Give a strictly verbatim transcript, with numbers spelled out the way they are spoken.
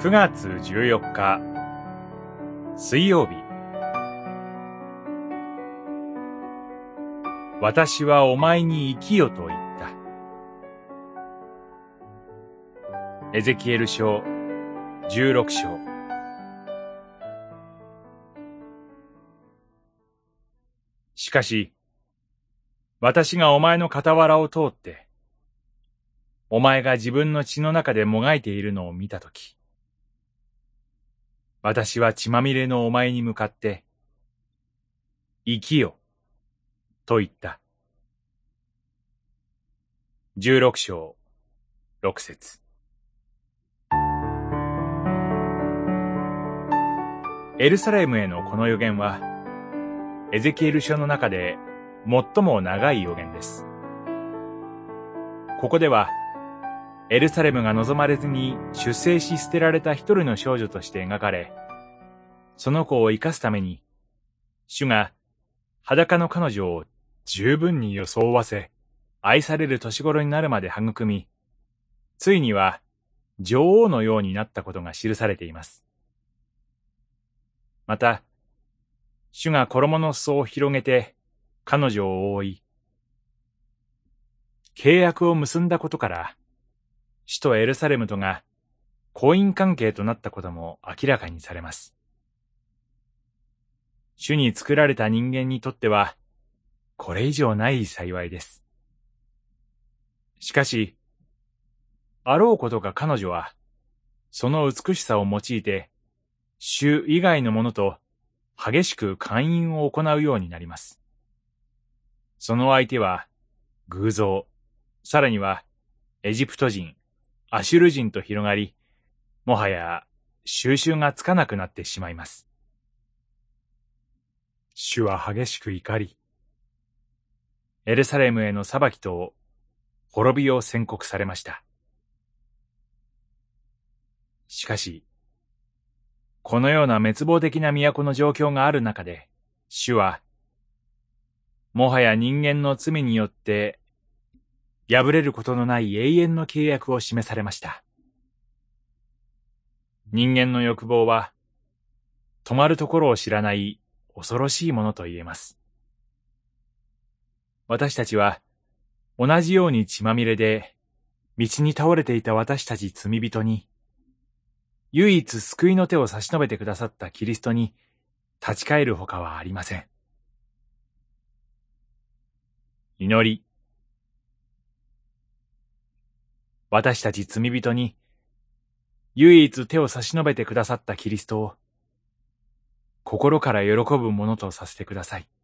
くがつじゅうよっか水曜日。私はお前に生きよと言った。エゼキエル書じゅうろく章。しかし、私がお前の傍らを通って、お前が自分の血の中でもがいているのを見たとき、私は血まみれのお前に向かって、生きよ、と言った。じゅうろく章、ろく節。エルサレムへのこの予言は、エゼキエル書の中で最も長い予言です。ここでは、エルサレムが望まれずに出生し捨てられた一人の少女として描かれ、その子を生かすために、主が裸の彼女を十分に装わせ、愛される年頃になるまで育み、ついには女王のようになったことが記されています。また、主が衣の裾を広げて彼女を覆い、契約を結んだことから、首都エルサレムとが婚姻関係となったことも明らかにされます。主に作られた人間にとっては、これ以上ない幸いです。しかし、あろうことか彼女は、その美しさを用いて、主以外のものと激しく姦淫を行うようになります。その相手は、偶像、さらには、エジプト人、アシュル人と広がり、もはや収拾がつかなくなってしまいます。主は激しく怒り、エルサレムへの裁きと滅びを宣告されました。しかし、このような滅亡的な都の状況がある中で、主は、もはや人間の罪によって破れることのない永遠の契約を示されました。人間の欲望は、止まるところを知らない恐ろしいものと言えます。私たちは、同じように血まみれで、道に倒れていた私たち罪人に、唯一救いの手を差し伸べてくださったキリストに立ち返るほかはありません。祈り。私たち罪人に、唯一手を差し伸べてくださったキリストを、心から喜ぶものとさせてください。